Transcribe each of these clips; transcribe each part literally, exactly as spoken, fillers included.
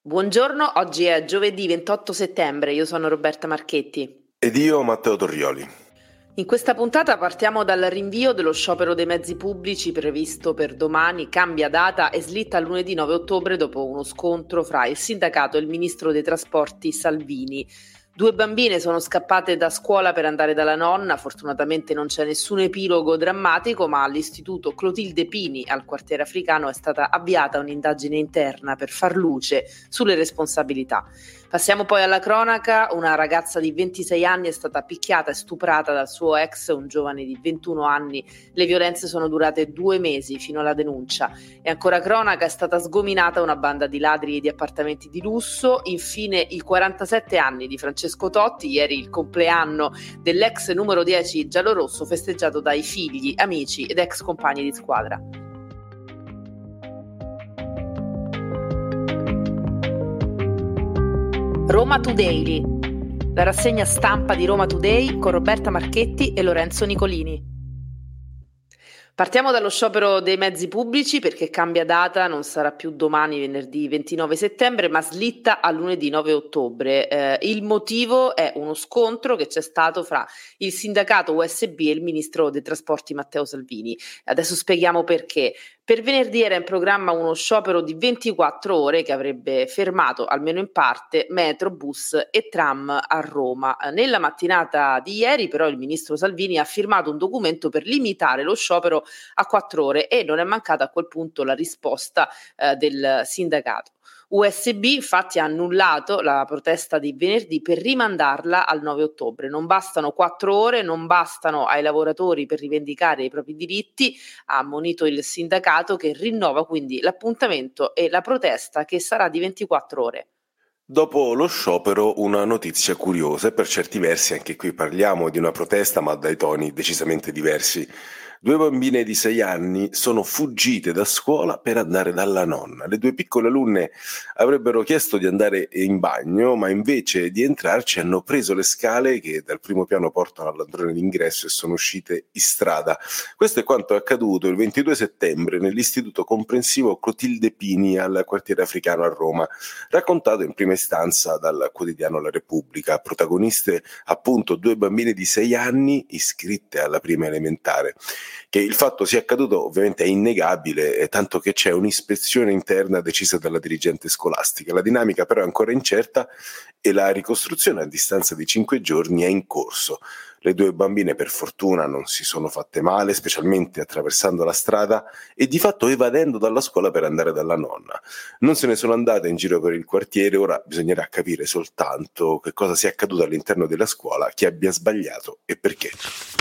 Buongiorno, oggi è giovedì ventotto settembre, io sono Roberta Marchetti. Ed io Matteo Torrioli. In questa puntata partiamo dal rinvio dello sciopero dei mezzi pubblici previsto per domani, cambia data e slitta a lunedì nove ottobre dopo uno scontro fra il sindacato e il ministro dei trasporti Salvini. Due bambine sono scappate da scuola per andare dalla nonna, fortunatamente non c'è nessun epilogo drammatico, ma all'istituto Clotilde Pini al quartiere africano è stata avviata un'indagine interna per far luce sulle responsabilità. Passiamo poi alla cronaca. Una ragazza di ventisei anni è stata picchiata e stuprata dal suo ex, un giovane di ventuno anni. Le violenze sono durate due mesi fino alla denuncia. E ancora cronaca, è stata sgominata una banda di ladri di appartamenti di lusso. Infine i quarantasette anni di Francesco Totti, ieri il compleanno dell'ex numero dieci giallorosso, festeggiato dai figli, amici ed ex compagni di squadra. Roma Today, la rassegna stampa di Roma Today con Roberta Marchetti e Lorenzo Nicolini. Partiamo dallo sciopero dei mezzi pubblici perché cambia data, non sarà più domani venerdì ventinove settembre ma slitta a lunedì nove ottobre. Eh, il motivo è uno scontro che c'è stato fra il sindacato U S B e il ministro dei trasporti Matteo Salvini. Adesso spieghiamo perché. Per venerdì era in programma uno sciopero di ventiquattro ore che avrebbe fermato, almeno in parte, metro, bus e tram a Roma. Nella mattinata di ieri, però, il ministro Salvini ha firmato un documento per limitare lo sciopero a quattro ore e non è mancata a quel punto la risposta eh, del sindacato. U S B infatti ha annullato la protesta di venerdì per rimandarla al nove ottobre. Non bastano quattro ore, non bastano ai lavoratori per rivendicare i propri diritti, ha ammonito il sindacato, che rinnova quindi l'appuntamento e la protesta, che sarà di ventiquattro ore. Dopo lo sciopero una notizia curiosa e per certi versi anche qui parliamo di una protesta ma dai toni decisamente diversi. Due bambine di sei anni sono fuggite da scuola per andare dalla nonna. Le due piccole alunne avrebbero chiesto di andare in bagno, ma invece di entrarci hanno preso le scale che dal primo piano portano all'androne d'ingresso e sono uscite in strada. Questo è quanto è accaduto il ventidue settembre nell'istituto comprensivo Clotilde Pini al quartiere africano a Roma, raccontato in prima istanza dal quotidiano La Repubblica. Protagoniste appunto due bambine di sei anni iscritte alla prima elementare. Che il fatto sia accaduto ovviamente è innegabile, tanto che c'è un'ispezione interna decisa dalla dirigente scolastica. La dinamica però è ancora incerta e la ricostruzione a distanza di cinque giorni è in corso. Le due bambine per fortuna non si sono fatte male, specialmente attraversando la strada e di fatto evadendo dalla scuola per andare dalla nonna. Non se ne sono andate in giro per il quartiere, ora bisognerà capire soltanto che cosa sia accaduto all'interno della scuola, chi abbia sbagliato e perché.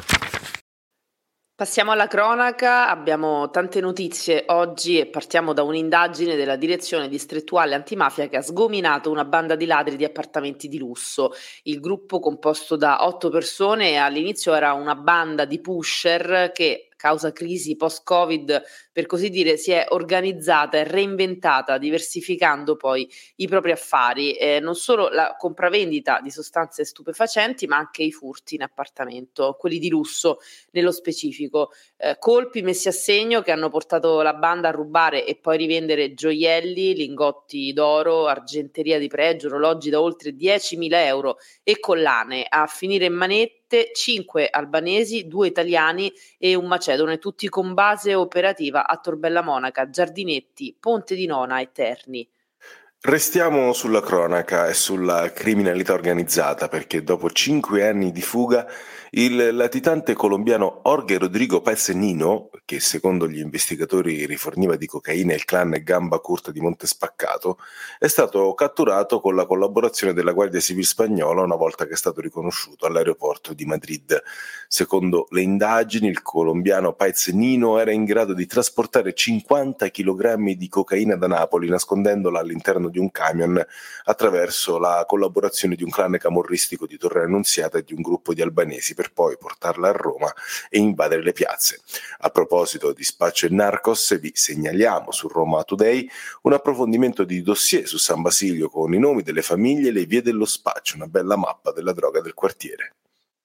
Passiamo alla cronaca, abbiamo tante notizie oggi e partiamo da un'indagine della direzione distrettuale antimafia che ha sgominato una banda di ladri di appartamenti di lusso. Il gruppo, composto da otto persone, all'inizio era una banda di pusher che, causa crisi post-Covid, per così dire, si è organizzata e reinventata, diversificando poi i propri affari, eh, non solo la compravendita di sostanze stupefacenti, ma anche i furti in appartamento, quelli di lusso nello specifico. Eh, colpi messi a segno che hanno portato la banda a rubare e poi rivendere gioielli, lingotti d'oro, argenteria di pregio, orologi da oltre diecimila euro e collane, a finire in manette cinque albanesi, due italiani e un macedone, tutti con base operativa a Torbella Monaca, Giardinetti, Ponte di Nona e Terni. Restiamo sulla cronaca e sulla criminalità organizzata perché dopo cinque anni di fuga il latitante colombiano Jorge Rodrigo Paez Nino, che secondo gli investigatori riforniva di cocaina il clan Gamba Curta di Montespaccato, è stato catturato con la collaborazione della Guardia Civile spagnola una volta che è stato riconosciuto all'aeroporto di Madrid. Secondo le indagini, il colombiano Paez Nino era in grado di trasportare cinquanta chilogrammi di cocaina da Napoli, nascondendola all'interno di un camion attraverso la collaborazione di un clan camorristico di Torre Annunziata e di un gruppo di albanesi, per poi portarla a Roma e invadere le piazze. A proposito di spaccio e narcos, vi segnaliamo su Roma Today un approfondimento di dossier su San Basilio con i nomi delle famiglie e le vie dello spaccio, una bella mappa della droga del quartiere.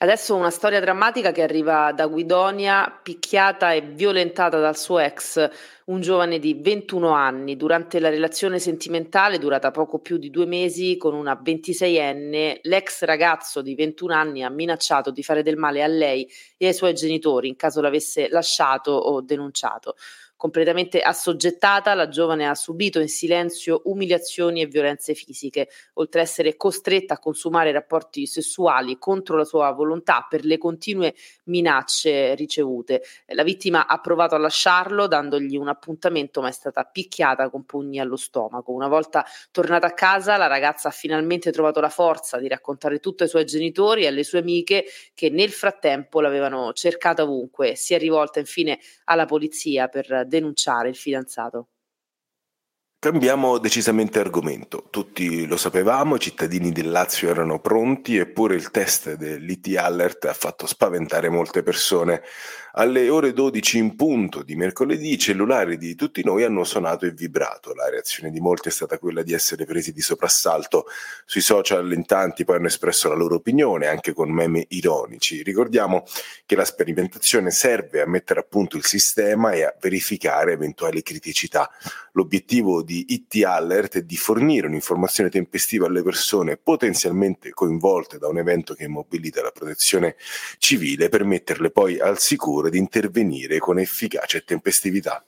Adesso una storia drammatica che arriva da Guidonia, picchiata e violentata dal suo ex, un giovane di ventuno anni, durante la relazione sentimentale durata poco più di due mesi con una ventiseienne. L'ex ragazzo di ventuno anni ha minacciato di fare del male a lei e ai suoi genitori in caso l'avesse lasciato o denunciato. Completamente assoggettata, la giovane ha subito in silenzio umiliazioni e violenze fisiche, oltre a essere costretta a consumare rapporti sessuali contro la sua volontà per le continue minacce ricevute. La vittima ha provato a lasciarlo dandogli un appuntamento, ma è stata picchiata con pugni allo stomaco. Una volta tornata a casa, la ragazza ha finalmente trovato la forza di raccontare tutto ai suoi genitori e alle sue amiche, che nel frattempo l'avevano cercata ovunque. Si è rivolta infine alla polizia per denunciare il fidanzato. Cambiamo decisamente argomento. Tutti lo sapevamo, i cittadini del Lazio erano pronti, eppure il test dell'I T Alert ha fatto spaventare molte persone. Alle ore dodici in punto di mercoledì i cellulari di tutti noi hanno suonato e vibrato. La reazione di molti è stata quella di essere presi di soprassalto. Sui social in tanti poi hanno espresso la loro opinione, anche con meme ironici. Ricordiamo che la sperimentazione serve a mettere a punto il sistema e a verificare eventuali criticità. L'obiettivo di I T Alert è di fornire un'informazione tempestiva alle persone potenzialmente coinvolte da un evento che immobilita la protezione civile, per metterle poi al sicuro di intervenire con efficacia e tempestività.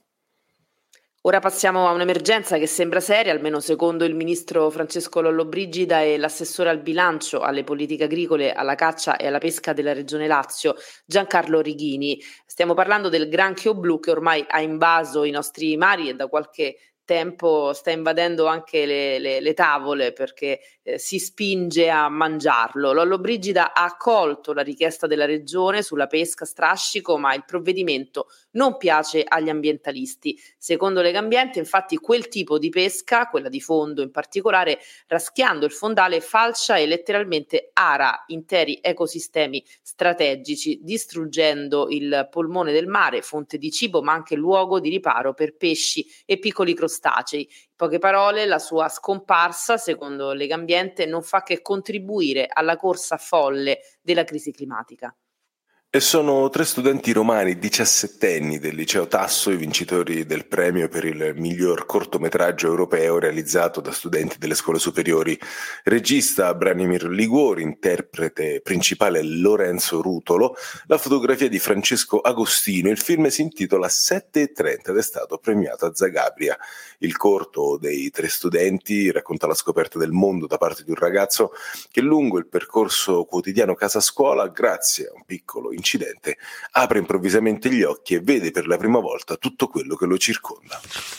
Ora passiamo a un'emergenza che sembra seria, almeno secondo il ministro Francesco Lollobrigida e l'assessore al bilancio, alle politiche agricole, alla caccia e alla pesca della Regione Lazio, Giancarlo Righini. Stiamo parlando del granchio blu che ormai ha invaso i nostri mari e da qualche tempo sta invadendo anche le, le, le tavole, perché eh, si spinge a mangiarlo. Lollobrigida ha accolto la richiesta della regione sulla pesca strascico, ma il provvedimento non piace agli ambientalisti. Secondo Legambiente, infatti, quel tipo di pesca, quella di fondo in particolare, raschiando il fondale, falcia e letteralmente ara interi ecosistemi strategici, distruggendo il polmone del mare, fonte di cibo ma anche luogo di riparo per pesci e piccoli crostacei. In poche parole, la sua scomparsa, secondo Legambiente, non fa che contribuire alla corsa folle della crisi climatica. E sono tre studenti romani diciassettenni del liceo Tasso i vincitori del premio per il miglior cortometraggio europeo realizzato da studenti delle scuole superiori. Regista Branimir Liguori, interprete principale Lorenzo Rutolo, la fotografia di Francesco Agostino. Il film si intitola sette e trenta ed è stato premiato a Zagabria. Il corto dei tre studenti racconta la scoperta del mondo da parte di un ragazzo che lungo il percorso quotidiano casa-scuola, grazie a un piccolo incidente, apre improvvisamente gli occhi e vede per la prima volta tutto quello che lo circonda.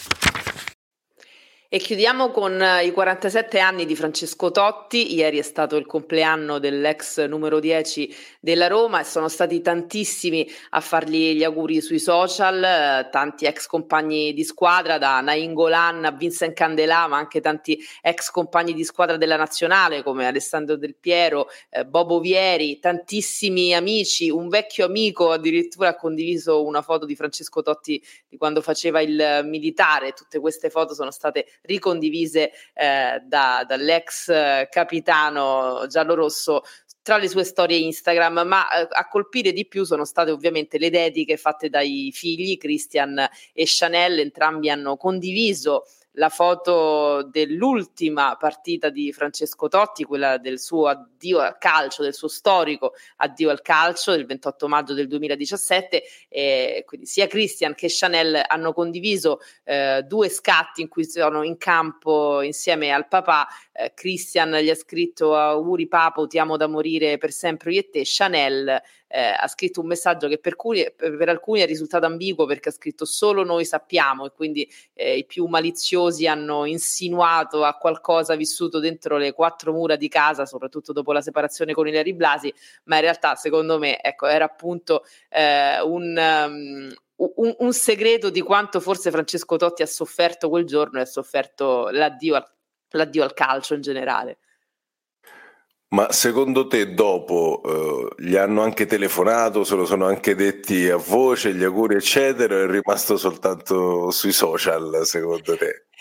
E chiudiamo con i quarantasette anni di Francesco Totti. Ieri è stato il compleanno dell'ex numero dieci della Roma e sono stati tantissimi a fargli gli auguri sui social, tanti ex compagni di squadra, da Nainggolan a Vincent Candelà, ma anche tanti ex compagni di squadra della nazionale come Alessandro Del Piero, eh, Bobo Vieri, tantissimi amici. Un vecchio amico addirittura ha condiviso una foto di Francesco Totti di quando faceva il militare. Tutte queste foto sono state ricondivise eh, da, dall'ex eh, capitano giallorosso tra le sue storie Instagram, ma eh, a colpire di più sono state ovviamente le dediche fatte dai figli Christian e Chanel. Entrambi hanno condiviso la foto dell'ultima partita di Francesco Totti, quella del suo addio al calcio, del suo storico addio al calcio del ventotto maggio del duemiladiciassette. E quindi sia Christian che Chanel hanno condiviso eh, due scatti in cui sono in campo insieme al papà. eh, Christian gli ha scritto: auguri papo, ti amo da morire per sempre io e te. Chanel Eh, ha scritto un messaggio che per, cui, per, per alcuni è risultato ambiguo, perché ha scritto solo noi sappiamo, e quindi eh, i più maliziosi hanno insinuato a qualcosa vissuto dentro le quattro mura di casa, soprattutto dopo la separazione con Ilary Blasi, ma in realtà secondo me ecco, era appunto eh, un... Um, Un, un segreto di quanto forse Francesco Totti ha sofferto quel giorno e ha sofferto l'addio al, l'addio al calcio in generale. Ma secondo te dopo eh, gli hanno anche telefonato, se lo sono anche detti a voce, gli auguri eccetera, o è rimasto soltanto sui social secondo te?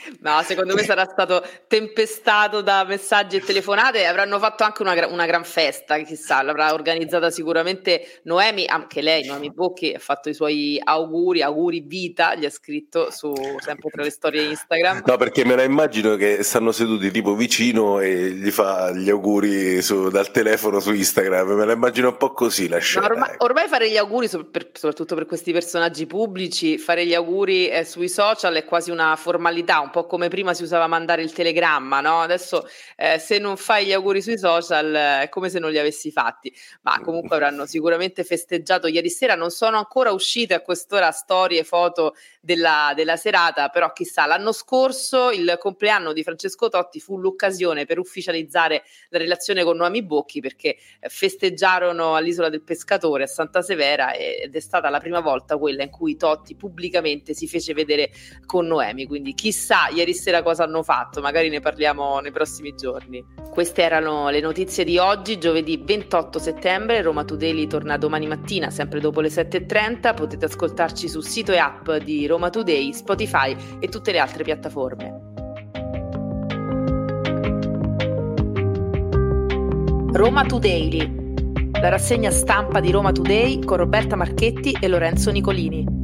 No, secondo me sarà stato tempestato da messaggi e telefonate e avranno fatto anche una, gra- una gran festa, chissà, l'avrà organizzata sicuramente Noemi, anche lei, Noemi Bocchi, ha fatto i suoi auguri, auguri vita, gli ha scritto su sempre tra le storie Instagram. No, perché me la immagino che stanno seduti tipo vicino e gli fa gli auguri su, dal telefono su Instagram, me la immagino un po' così la scena. Ormai, ormai fare gli auguri, so- per- soprattutto per questi personaggi pubblici, fare gli auguri eh, sui social è quasi una formalità, un po' come prima si usava mandare il telegramma, no? Adesso eh, se non fai gli auguri sui social eh, è come se non li avessi fatti, ma comunque avranno sicuramente festeggiato ieri sera. Non sono ancora uscite a quest'ora storie, foto della, della serata, però chissà, l'anno scorso il compleanno di Francesco Totti fu l'occasione per ufficializzare la relazione con Noemi Bocchi, perché eh, festeggiarono all'Isola del Pescatore a Santa Severa ed è stata la prima volta quella in cui Totti pubblicamente si fece vedere con Noemi, quindi chissà ieri sera cosa hanno fatto, magari ne parliamo nei prossimi giorni. Queste erano le notizie di oggi, giovedì ventotto settembre. Roma Today torna domani mattina sempre dopo le sette e trenta, potete ascoltarci sul sito e app di Roma Today, Spotify e tutte le altre piattaforme. Roma Today, la rassegna stampa di Roma Today con Roberta Marchetti e Lorenzo Nicolini.